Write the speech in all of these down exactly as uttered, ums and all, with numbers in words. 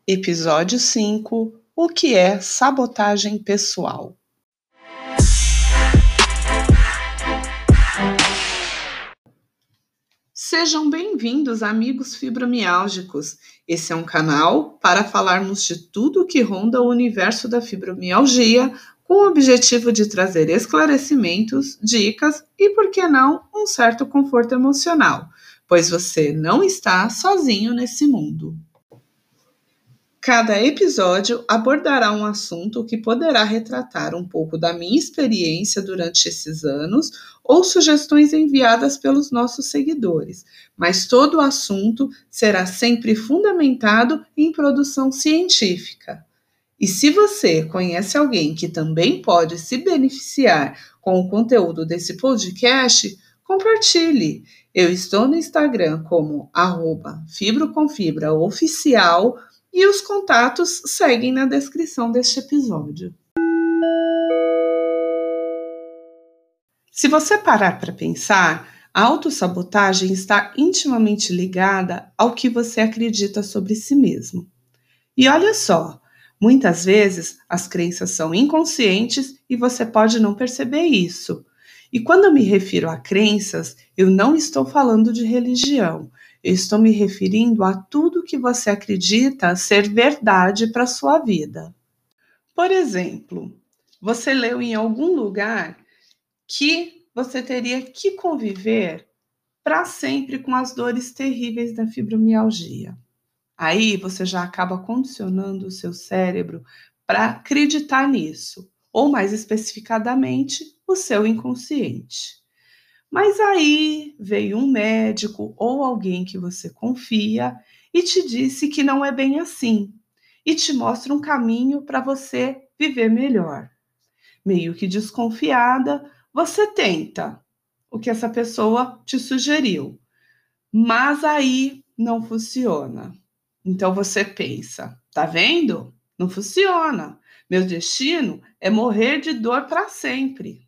Episódio cinco: O que é sabotagem pessoal? Sejam bem-vindos, amigos fibromiálgicos. Esse é um canal para falarmos de tudo o que ronda o universo da fibromialgia, com o objetivo de trazer esclarecimentos, dicas e, por que não, um certo conforto emocional, pois você não está sozinho nesse mundo. Cada episódio abordará um assunto que poderá retratar um pouco da minha experiência durante esses anos ou sugestões enviadas pelos nossos seguidores, mas todo o assunto será sempre fundamentado em produção científica. E se você conhece alguém que também pode se beneficiar com o conteúdo desse podcast, compartilhe. Eu estou no Instagram como arroba fibrocomfibraoficial e os contatos seguem na descrição deste episódio. Se você parar para pensar, a autossabotagem está intimamente ligada ao que você acredita sobre si mesmo. E olha só, muitas vezes as crenças são inconscientes e você pode não perceber isso. E quando eu me refiro a crenças, eu não estou falando de religião. Eu estou me referindo a tudo que você acredita ser verdade para a sua vida. Por exemplo, você leu em algum lugar que você teria que conviver para sempre com as dores terríveis da fibromialgia. Aí você já acaba condicionando o seu cérebro para acreditar nisso, ou mais especificadamente, o seu inconsciente. Mas aí veio um médico ou alguém que você confia e te disse que não é bem assim, e te mostra um caminho para você viver melhor. Meio que desconfiada, você tenta o que essa pessoa te sugeriu, mas aí não funciona. Então você pensa, tá vendo? Não funciona. Meu destino é morrer de dor para sempre.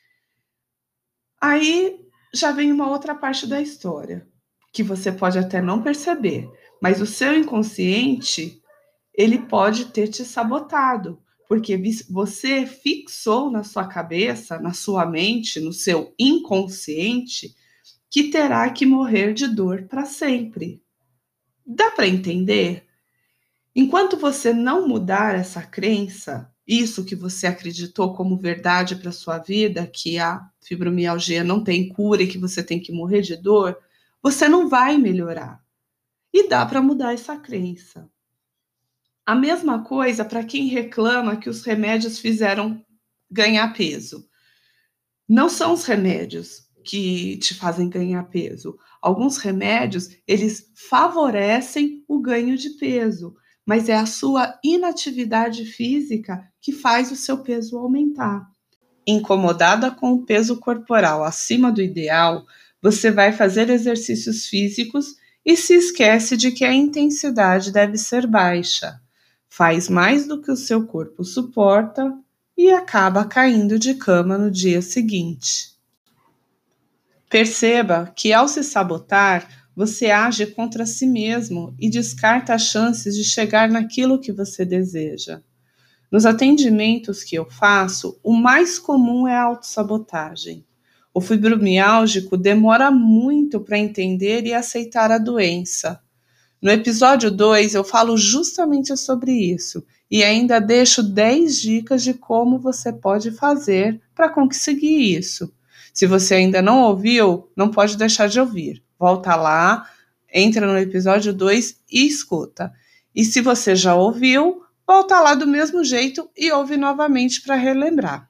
Aí já vem uma outra parte da história, que você pode até não perceber, mas o seu inconsciente, ele pode ter te sabotado, porque você fixou na sua cabeça, na sua mente, no seu inconsciente, que terá que morrer de dor para sempre. Dá para entender? Enquanto você não mudar essa crença, isso que você acreditou como verdade para sua vida, que a fibromialgia não tem cura e que você tem que morrer de dor, você não vai melhorar. E dá para mudar essa crença. A mesma coisa para quem reclama que os remédios fizeram ganhar peso. Não são os remédios que te fazem ganhar peso. Alguns remédios, eles favorecem o ganho de peso, mas é a sua inatividade física que faz o seu peso aumentar. Incomodada com o peso corporal acima do ideal, você vai fazer exercícios físicos e se esquece de que a intensidade deve ser baixa. Faz mais do que o seu corpo suporta e acaba caindo de cama no dia seguinte. Perceba que, ao se sabotar, você age contra si mesmo e descarta as chances de chegar naquilo que você deseja. Nos atendimentos que eu faço, o mais comum é a autossabotagem. O fibromiálgico demora muito para entender e aceitar a doença. No episódio dois, eu falo justamente sobre isso e ainda deixo dez dicas de como você pode fazer para conseguir isso. Se você ainda não ouviu, não pode deixar de ouvir. Volta lá, entra no episódio dois e escuta. E se você já ouviu, volta lá do mesmo jeito e ouve novamente para relembrar.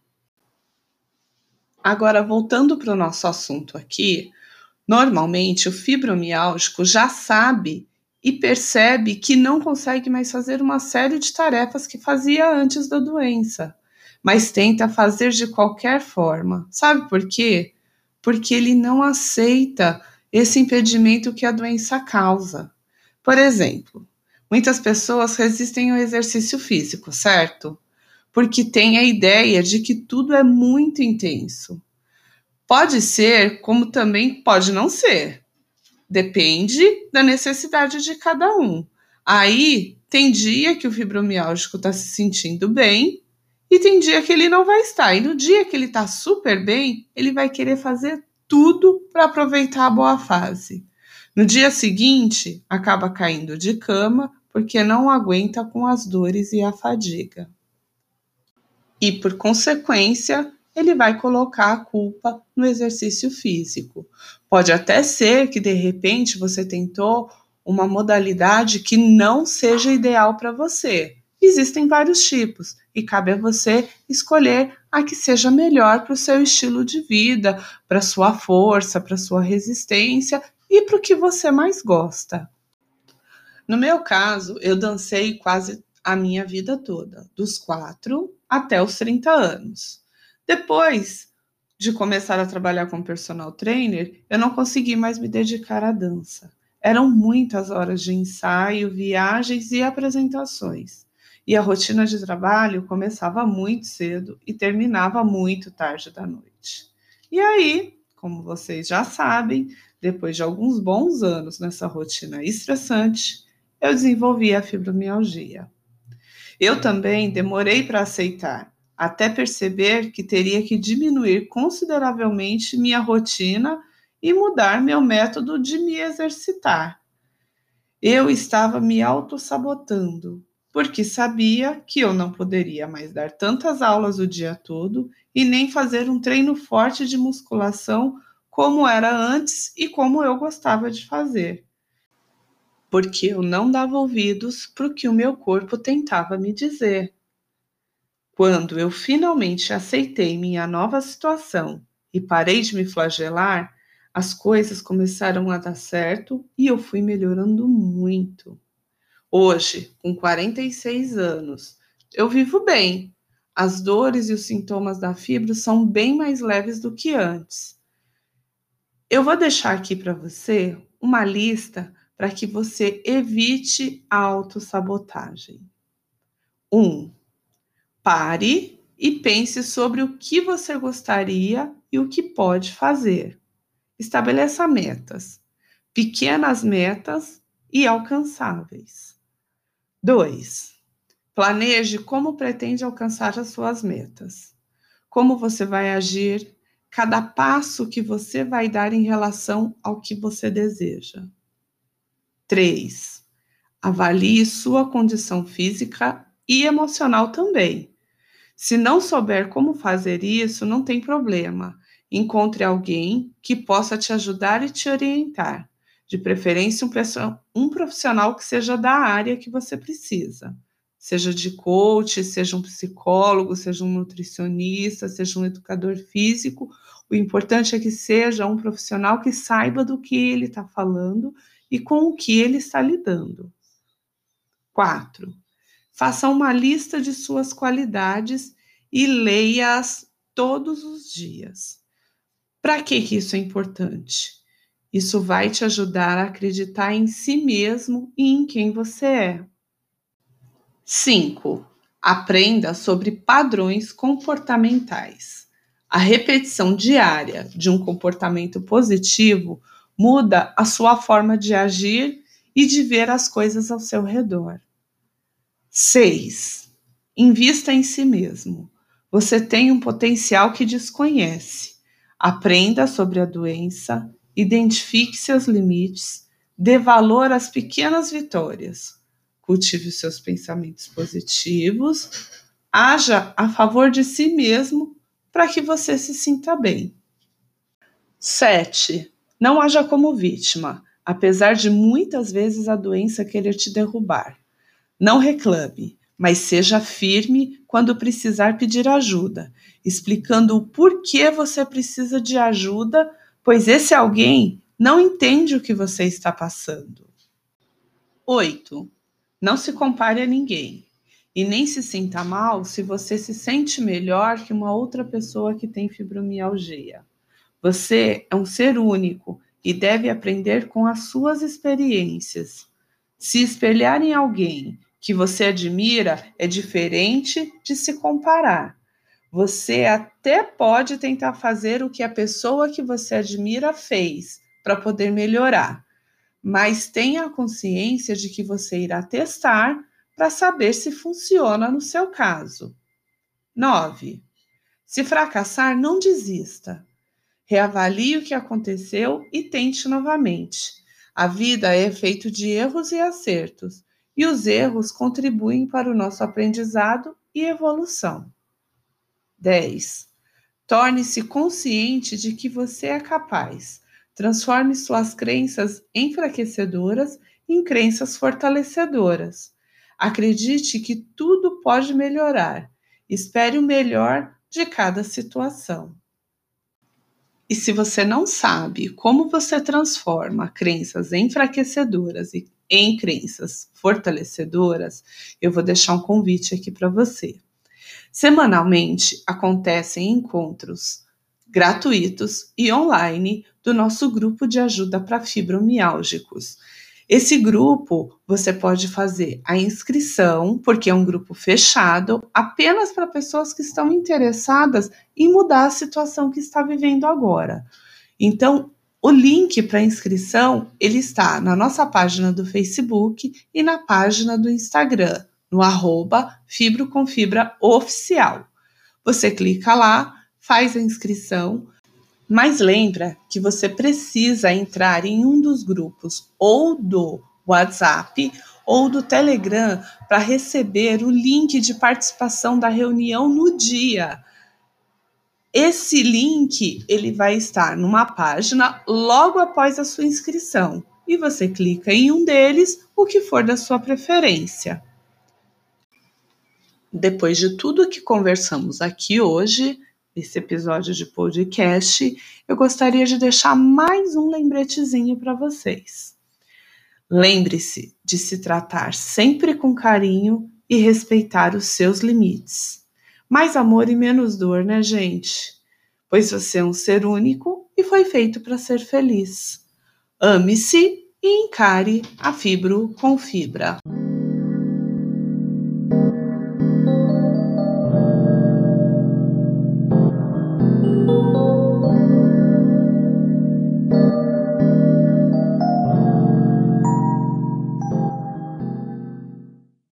Agora, voltando para o nosso assunto aqui, normalmente o fibromiálgico já sabe e percebe que não consegue mais fazer uma série de tarefas que fazia antes da doença, mas tenta fazer de qualquer forma. Sabe por quê? Porque ele não aceita esse impedimento que a doença causa. Por exemplo, muitas pessoas resistem ao exercício físico, certo? Porque têm a ideia de que tudo é muito intenso. Pode ser, como também pode não ser. Depende da necessidade de cada um. Aí, tem dia que o fibromialgico está se sentindo bem e tem dia que ele não vai estar. E no dia que ele está super bem, ele vai querer fazer tudo para aproveitar a boa fase. No dia seguinte, acaba caindo de cama porque não aguenta com as dores e a fadiga. E, por consequência, ele vai colocar a culpa no exercício físico. Pode até ser que, de repente, você tentou uma modalidade que não seja ideal para você. Existem vários tipos e cabe a você escolher a que seja melhor para o seu estilo de vida, para a sua força, para a sua resistência e para o que você mais gosta. No meu caso, eu dancei quase a minha vida toda, dos quatro até os trinta anos. Depois de começar a trabalhar como personal trainer, eu não consegui mais me dedicar à dança. Eram muitas horas de ensaio, viagens e apresentações. E a rotina de trabalho começava muito cedo e terminava muito tarde da noite. E aí, como vocês já sabem, depois de alguns bons anos nessa rotina estressante, eu desenvolvi a fibromialgia. Eu também demorei para aceitar, até perceber que teria que diminuir consideravelmente minha rotina e mudar meu método de me exercitar. Eu estava me autossabotando, porque sabia que eu não poderia mais dar tantas aulas o dia todo e nem fazer um treino forte de musculação como era antes e como eu gostava de fazer, porque eu não dava ouvidos para o que o meu corpo tentava me dizer. Quando eu finalmente aceitei minha nova situação e parei de me flagelar, as coisas começaram a dar certo e eu fui melhorando muito. Hoje, com quarenta e seis anos, eu vivo bem. As dores e os sintomas da fibro são bem mais leves do que antes. Eu vou deixar aqui para você uma lista para que você evite a autossabotagem. um. Pare e pense sobre o que você gostaria e o que pode fazer. Estabeleça metas, pequenas metas e alcançáveis. dois. Planeje como pretende alcançar as suas metas. Como você vai agir, cada passo que você vai dar em relação ao que você deseja. três. Avalie sua condição física e emocional também. Se não souber como fazer isso, não tem problema. Encontre alguém que possa te ajudar e te orientar. De preferência, um profissional que seja da área que você precisa. Seja de coach, seja um psicólogo, seja um nutricionista, seja um educador físico. O importante é que seja um profissional que saiba do que ele está falando e com o que ele está lidando. quatro. Faça uma lista de suas qualidades e leia-as todos os dias. Para que que isso é importante? Isso vai te ajudar a acreditar em si mesmo e em quem você é. cinco. Aprenda sobre padrões comportamentais. A repetição diária de um comportamento positivo muda a sua forma de agir e de ver as coisas ao seu redor. seis. Invista em si mesmo. Você tem um potencial que desconhece. Aprenda sobre a doença, identifique seus limites, dê valor às pequenas vitórias. Cultive os seus pensamentos positivos, haja a favor de si mesmo para que você se sinta bem. sete. Não haja como vítima, apesar de muitas vezes a doença querer te derrubar. Não reclame, mas seja firme quando precisar pedir ajuda, explicando o porquê você precisa de ajuda, pois esse alguém não entende o que você está passando. oito. Não se compare a ninguém e nem se sinta mal se você se sente melhor que uma outra pessoa que tem fibromialgia. Você é um ser único e deve aprender com as suas experiências. Se espelhar em alguém que você admira é diferente de se comparar. Você até pode tentar fazer o que a pessoa que você admira fez para poder melhorar, mas tenha a consciência de que você irá testar para saber se funciona no seu caso. nove. Se fracassar, não desista. Reavalie o que aconteceu e tente novamente. A vida é feita de erros e acertos, e os erros contribuem para o nosso aprendizado e evolução. dez. Torne-se consciente de que você é capaz. Transforme suas crenças enfraquecedoras em crenças fortalecedoras. Acredite que tudo pode melhorar. Espere o melhor de cada situação. E se você não sabe como você transforma crenças enfraquecedoras em crenças fortalecedoras, eu vou deixar um convite aqui para você. Semanalmente acontecem encontros gratuitos e online do nosso grupo de ajuda para fibromialgicos. Esse grupo você pode fazer a inscrição, porque é um grupo fechado, apenas para pessoas que estão interessadas em mudar a situação que está vivendo agora. Então, o link para inscrição ele está na nossa página do Facebook e na página do Instagram, no arroba Fibro com Fibra Oficial. Você clica lá, faz a inscrição, mas lembra que você precisa entrar em um dos grupos ou do WhatsApp ou do Telegram para receber o link de participação da reunião no dia. Esse link ele vai estar numa página logo após a sua inscrição e você clica em um deles, o que for da sua preferência. Depois de tudo que conversamos aqui hoje, nesse episódio de podcast, eu gostaria de deixar mais um lembretezinho para vocês. Lembre-se de se tratar sempre com carinho e respeitar os seus limites. Mais amor e menos dor, né, gente? Pois você é um ser único e foi feito para ser feliz. Ame-se e encare a Fibro com Fibra.